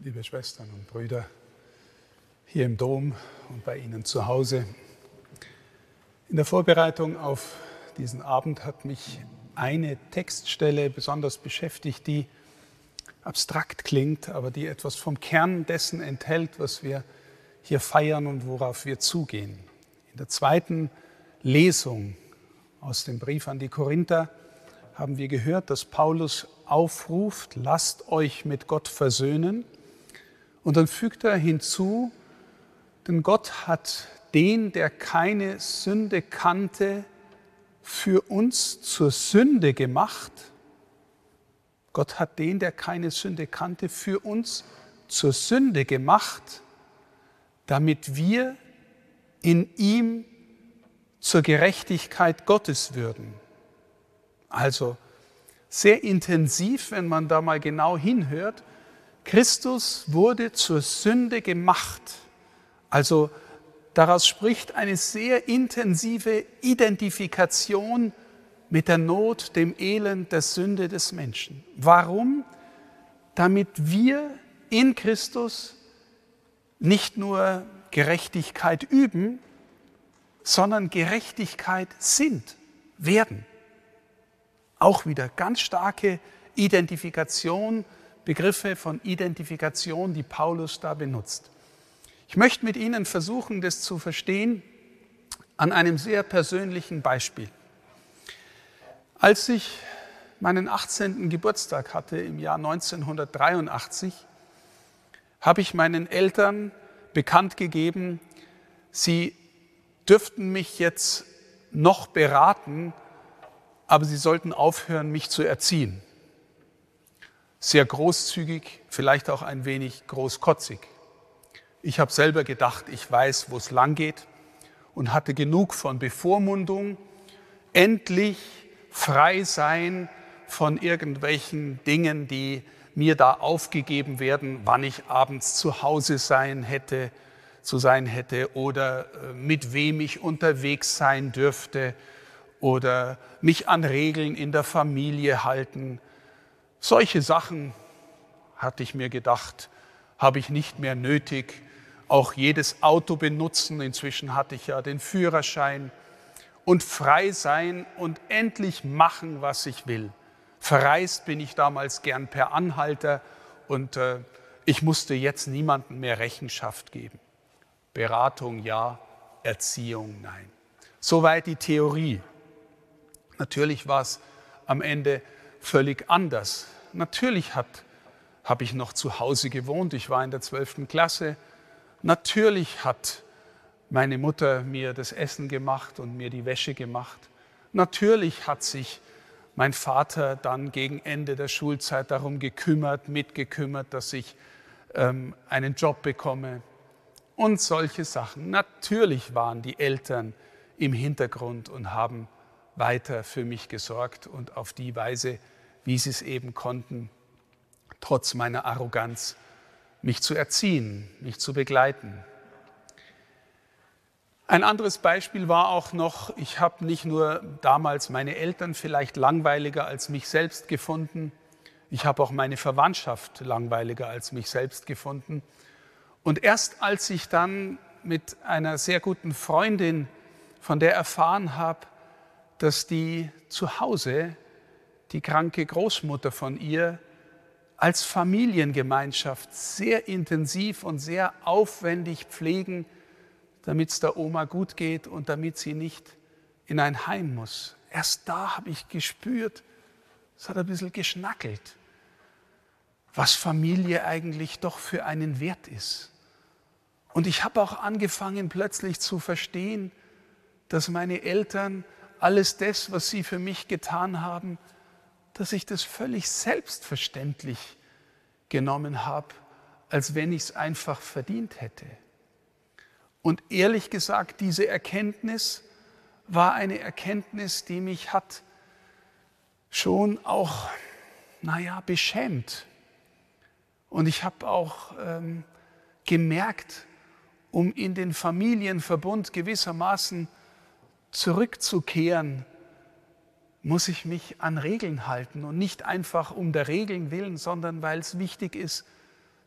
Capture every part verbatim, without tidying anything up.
liebe Schwestern und Brüder, hier im Dom und bei Ihnen zu Hause. In der Vorbereitung auf diesen Abend hat mich eine Textstelle besonders beschäftigt, die abstrakt klingt, aber die etwas vom Kern dessen enthält, was wir hier feiern und worauf wir zugehen. In der zweiten Lesung aus dem Brief an die Korinther haben wir gehört, dass Paulus aufruft, lasst euch mit Gott versöhnen. Und dann fügt er hinzu, denn Gott hat den, der keine Sünde kannte, für uns zur Sünde gemacht. Gott hat den, der keine Sünde kannte, für uns zur Sünde gemacht, damit wir in ihm zur Gerechtigkeit Gottes würden. Also sehr intensiv, wenn man da mal genau hinhört. Christus wurde zur Sünde gemacht. Also daraus spricht eine sehr intensive Identifikation mit der Not, dem Elend, der Sünde des Menschen. Warum? Damit wir in Christus nicht nur Gerechtigkeit üben, sondern Gerechtigkeit sind, werden. Auch wieder ganz starke Identifikation, Begriffe von Identifikation, die Paulus da benutzt. Ich möchte mit Ihnen versuchen, das zu verstehen an einem sehr persönlichen Beispiel. Als ich meinen achtzehnten Geburtstag hatte im Jahr neunzehnhundertdreiundachtzig, habe ich meinen Eltern bekannt gegeben, sie dürften mich jetzt noch beraten, aber sie sollten aufhören, mich zu erziehen. Sehr großzügig, vielleicht auch ein wenig großkotzig. Ich habe selber gedacht, ich weiß, wo es lang geht und hatte genug von Bevormundung, endlich frei sein von irgendwelchen Dingen, die mir da aufgegeben werden, wann ich abends zu Hause sein hätte, zu sein hätte oder mit wem ich unterwegs sein dürfte oder mich an Regeln in der Familie halten. Solche Sachen, hatte ich mir gedacht, habe ich nicht mehr nötig. Auch jedes Auto benutzen, inzwischen hatte ich ja den Führerschein, und frei sein und endlich machen, was ich will. Verreist bin ich damals gern per Anhalter und äh, ich musste jetzt niemandem mehr Rechenschaft geben. Beratung ja, Erziehung nein. Soweit die Theorie. Natürlich war es am Ende völlig anders. Natürlich habe ich noch zu Hause gewohnt, ich war in der zwölften Klasse. Natürlich hat meine Mutter mir das Essen gemacht und mir die Wäsche gemacht. Natürlich hat sich mein Vater dann gegen Ende der Schulzeit darum gekümmert, mitgekümmert, dass ich ähm, einen Job bekomme und solche Sachen. Natürlich waren die Eltern im Hintergrund und haben weiter für mich gesorgt und auf die Weise, wie sie es eben konnten, trotz meiner Arroganz, mich zu erziehen, mich zu begleiten. Ein anderes Beispiel war auch noch, ich habe nicht nur damals meine Eltern vielleicht langweiliger als mich selbst gefunden, ich habe auch meine Verwandtschaft langweiliger als mich selbst gefunden. Und erst als ich dann mit einer sehr guten Freundin von der erfahren habe, dass die zu Hause, die kranke Großmutter von ihr, als Familiengemeinschaft sehr intensiv und sehr aufwendig pflegen, damit es der Oma gut geht und damit sie nicht in ein Heim muss. Erst da habe ich gespürt, es hat ein bisschen geschnackelt, was Familie eigentlich doch für einen Wert ist. Und ich habe auch angefangen plötzlich zu verstehen, dass meine Eltern alles das, was sie für mich getan haben, dass ich das völlig selbstverständlich genommen habe, als wenn ich es einfach verdient hätte. Und ehrlich gesagt, diese Erkenntnis war eine Erkenntnis, die mich hat schon auch, naja, beschämt. Und ich habe auch ähm, gemerkt, um in den Familienverbund gewissermaßen zurückzukehren, muss ich mich an Regeln halten und nicht einfach um der Regeln willen, sondern weil es wichtig ist,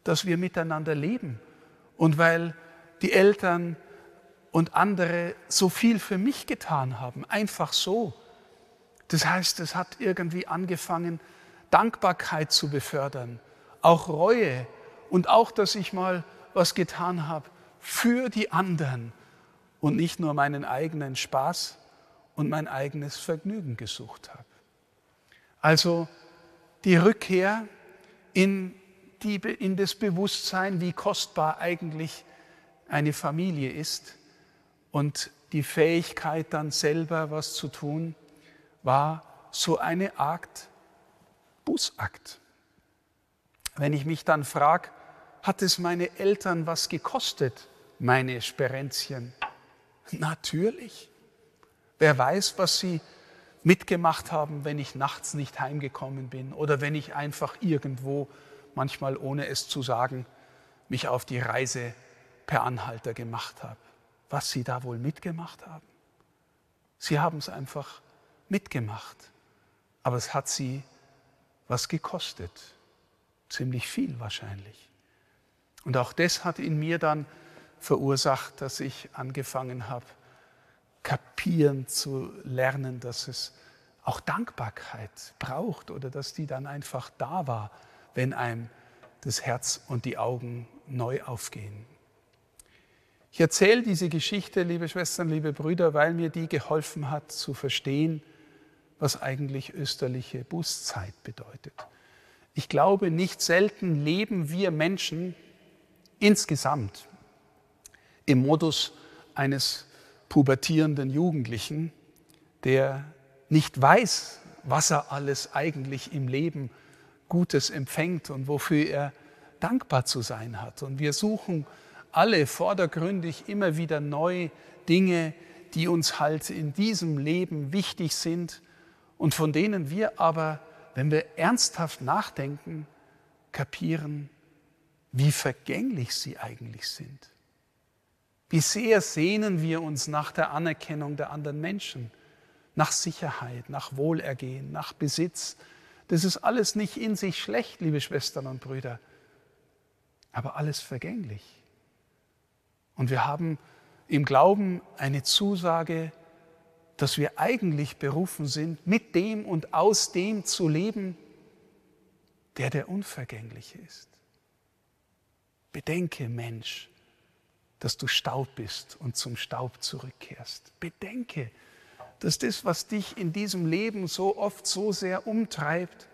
dass wir miteinander leben und weil die Eltern und andere so viel für mich getan haben, einfach so. Das heißt, es hat irgendwie angefangen, Dankbarkeit zu befördern, auch Reue und auch, dass ich mal was getan habe für die anderen und nicht nur meinen eigenen Spaß und mein eigenes Vergnügen gesucht habe. Also die Rückkehr in, die, in das Bewusstsein, wie kostbar eigentlich eine Familie ist und die Fähigkeit dann selber was zu tun, war so eine Art Bußakt. Wenn ich mich dann frage, hat es meine Eltern was gekostet, meine Sperenzchen? Natürlich. Wer weiß, was sie mitgemacht haben, wenn ich nachts nicht heimgekommen bin oder wenn ich einfach irgendwo, manchmal ohne es zu sagen, mich auf die Reise per Anhalter gemacht habe. Was sie da wohl mitgemacht haben? Sie haben es einfach mitgemacht. Aber es hat sie was gekostet. Ziemlich viel wahrscheinlich. Und auch das hat in mir dann verursacht, dass ich angefangen habe, kapieren zu lernen, dass es auch Dankbarkeit braucht oder dass die dann einfach da war, wenn einem das Herz und die Augen neu aufgehen. Ich erzähle diese Geschichte, liebe Schwestern, liebe Brüder, weil mir die geholfen hat zu verstehen, was eigentlich österliche Bußzeit bedeutet. Ich glaube, nicht selten leben wir Menschen insgesamt im Modus eines pubertierenden Jugendlichen, der nicht weiß, was er alles eigentlich im Leben Gutes empfängt und wofür er dankbar zu sein hat. Und wir suchen alle vordergründig immer wieder neu Dinge, die uns halt in diesem Leben wichtig sind und von denen wir aber, wenn wir ernsthaft nachdenken, kapieren, wie vergänglich sie eigentlich sind. Wie sehr sehnen wir uns nach der Anerkennung der anderen Menschen, nach Sicherheit, nach Wohlergehen, nach Besitz. Das ist alles nicht in sich schlecht, liebe Schwestern und Brüder, aber alles vergänglich. Und wir haben im Glauben eine Zusage, dass wir eigentlich berufen sind, mit dem und aus dem zu leben, der der Unvergängliche ist. Bedenke, Mensch, dass du Staub bist und zum Staub zurückkehrst. Bedenke, dass das, was dich in diesem Leben so oft so sehr umtreibt,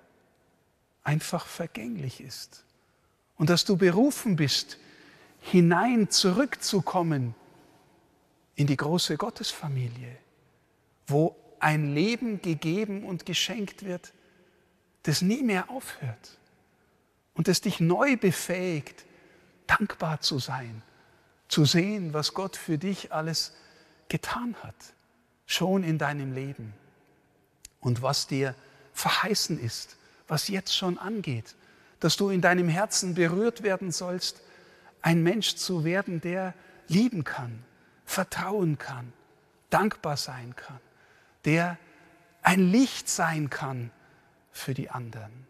einfach vergänglich ist. Und dass du berufen bist, hinein zurückzukommen in die große Gottesfamilie, wo ein Leben gegeben und geschenkt wird, das nie mehr aufhört und das dich neu befähigt, dankbar zu sein, zu sehen, was Gott für dich alles getan hat, schon in deinem Leben und was dir verheißen ist, was jetzt schon angeht, dass du in deinem Herzen berührt werden sollst, ein Mensch zu werden, der lieben kann, vertrauen kann, dankbar sein kann, der ein Licht sein kann für die anderen.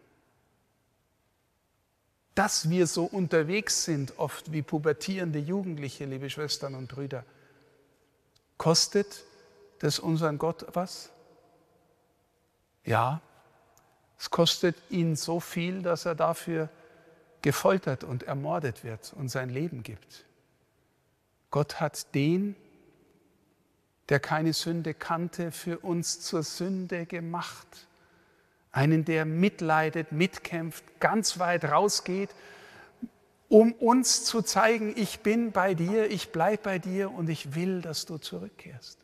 Dass wir so unterwegs sind, oft wie pubertierende Jugendliche, liebe Schwestern und Brüder, kostet das unseren Gott was? Ja, es kostet ihn so viel, dass er dafür gefoltert und ermordet wird und sein Leben gibt. Gott hat den, der keine Sünde kannte, für uns zur Sünde gemacht. Einen, der mitleidet, mitkämpft, ganz weit rausgeht, um uns zu zeigen, ich bin bei dir, ich bleibe bei dir und ich will, dass du zurückkehrst.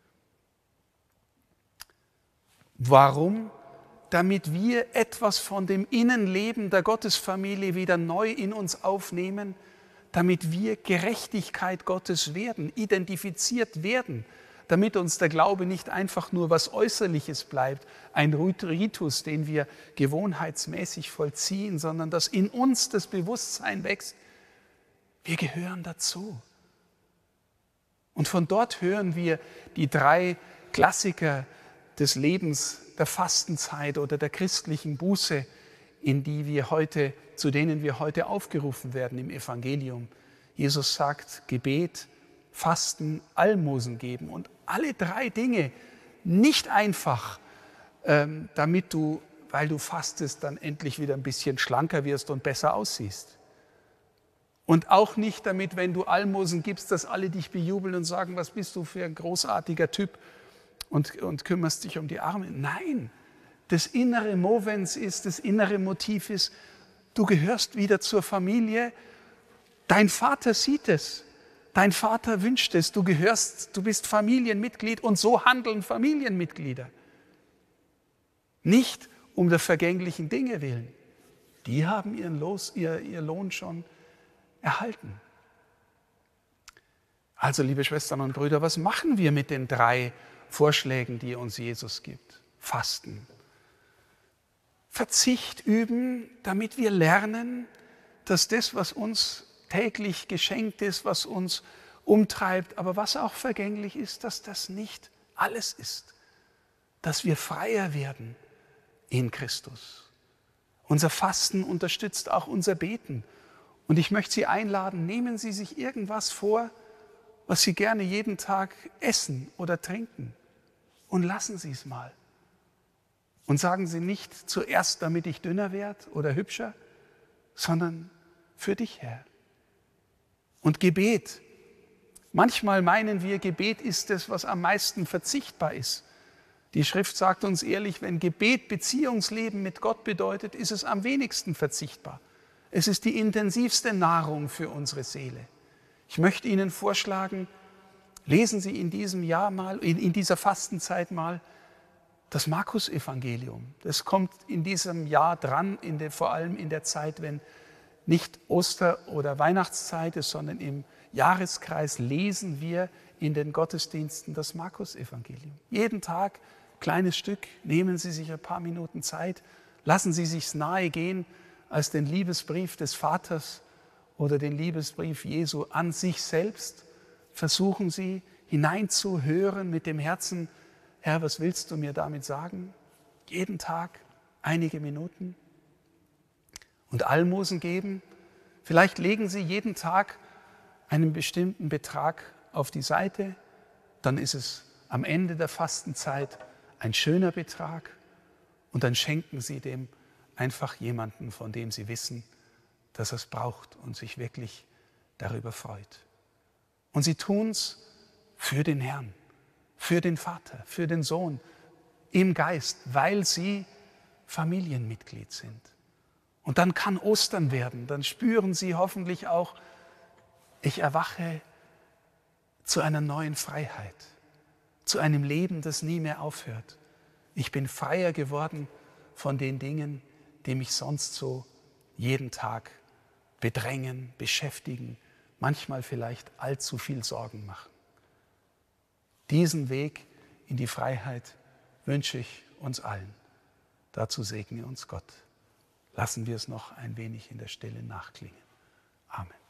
Warum? Damit wir etwas von dem Innenleben der Gottesfamilie wieder neu in uns aufnehmen, damit wir Gerechtigkeit Gottes werden, identifiziert werden, damit uns der Glaube nicht einfach nur was Äußerliches bleibt, ein Ritus, den wir gewohnheitsmäßig vollziehen, sondern dass in uns das Bewusstsein wächst, wir gehören dazu. Und von dort hören wir die drei Klassiker des Lebens, der Fastenzeit oder der christlichen Buße in die wir heute, zu denen wir heute aufgerufen werden im Evangelium. Jesus sagt, Gebet, Fasten, Almosen geben und alle drei Dinge nicht einfach, ähm, damit du, weil du fastest, dann endlich wieder ein bisschen schlanker wirst und besser aussiehst. Und auch nicht damit, wenn du Almosen gibst, dass alle dich bejubeln und sagen, was bist du für ein großartiger Typ und, und kümmerst dich um die Armen. Nein, das innere Movens ist, das innere Motiv ist, du gehörst wieder zur Familie. Dein Vater sieht es, dein Vater wünscht es, du gehörst, du bist Familienmitglied und so handeln Familienmitglieder. Nicht um der vergänglichen Dinge willen. Die haben ihren, Los, ihr, ihr Lohn schon erhalten. Also, liebe Schwestern und Brüder, was machen wir mit den drei Vorschlägen, die uns Jesus gibt? Fasten. Verzicht üben, damit wir lernen, dass das, was uns täglich geschenkt ist, was uns umtreibt, aber was auch vergänglich ist, dass das nicht alles ist. Dass wir freier werden in Christus. Unser Fasten unterstützt auch unser Beten. Und ich möchte Sie einladen, nehmen Sie sich irgendwas vor, was Sie gerne jeden Tag essen oder trinken. Und lassen Sie es mal. Und sagen Sie nicht zuerst, damit ich dünner werde oder hübscher, sondern für dich, Herr. Und Gebet. Manchmal meinen wir, Gebet ist es, was am meisten verzichtbar ist. Die Schrift sagt uns ehrlich, wenn Gebet Beziehungsleben mit Gott bedeutet, ist es am wenigsten verzichtbar. Es ist die intensivste Nahrung für unsere Seele. Ich möchte Ihnen vorschlagen, lesen Sie in diesem Jahr mal, in, in dieser Fastenzeit mal das Markus-Evangelium. Das kommt in diesem Jahr dran, in der, vor allem in der Zeit, wenn nicht Oster- oder Weihnachtszeit ist, sondern im Jahreskreis lesen wir in den Gottesdiensten das Markus-Evangelium. Jeden Tag kleines Stück, nehmen Sie sich ein paar Minuten Zeit, lassen Sie sich's nahe gehen als den Liebesbrief des Vaters oder den Liebesbrief Jesu an sich selbst. Versuchen Sie hineinzuhören mit dem Herzen, Herr, was willst du mir damit sagen? Jeden Tag einige Minuten. Und Almosen geben. Vielleicht legen Sie jeden Tag einen bestimmten Betrag auf die Seite. Dann ist es am Ende der Fastenzeit ein schöner Betrag. Und dann schenken Sie dem einfach jemanden, von dem Sie wissen, dass er es braucht und sich wirklich darüber freut. Und Sie tun es für den Herrn, für den Vater, für den Sohn, im Geist, weil Sie Familienmitglied sind. Und dann kann Ostern werden, dann spüren Sie hoffentlich auch, ich erwache zu einer neuen Freiheit, zu einem Leben, das nie mehr aufhört. Ich bin freier geworden von den Dingen, die mich sonst so jeden Tag bedrängen, beschäftigen, manchmal vielleicht allzu viel Sorgen machen. Diesen Weg in die Freiheit wünsche ich uns allen. Dazu segne uns Gott. Lassen wir es noch ein wenig in der Stille nachklingen. Amen.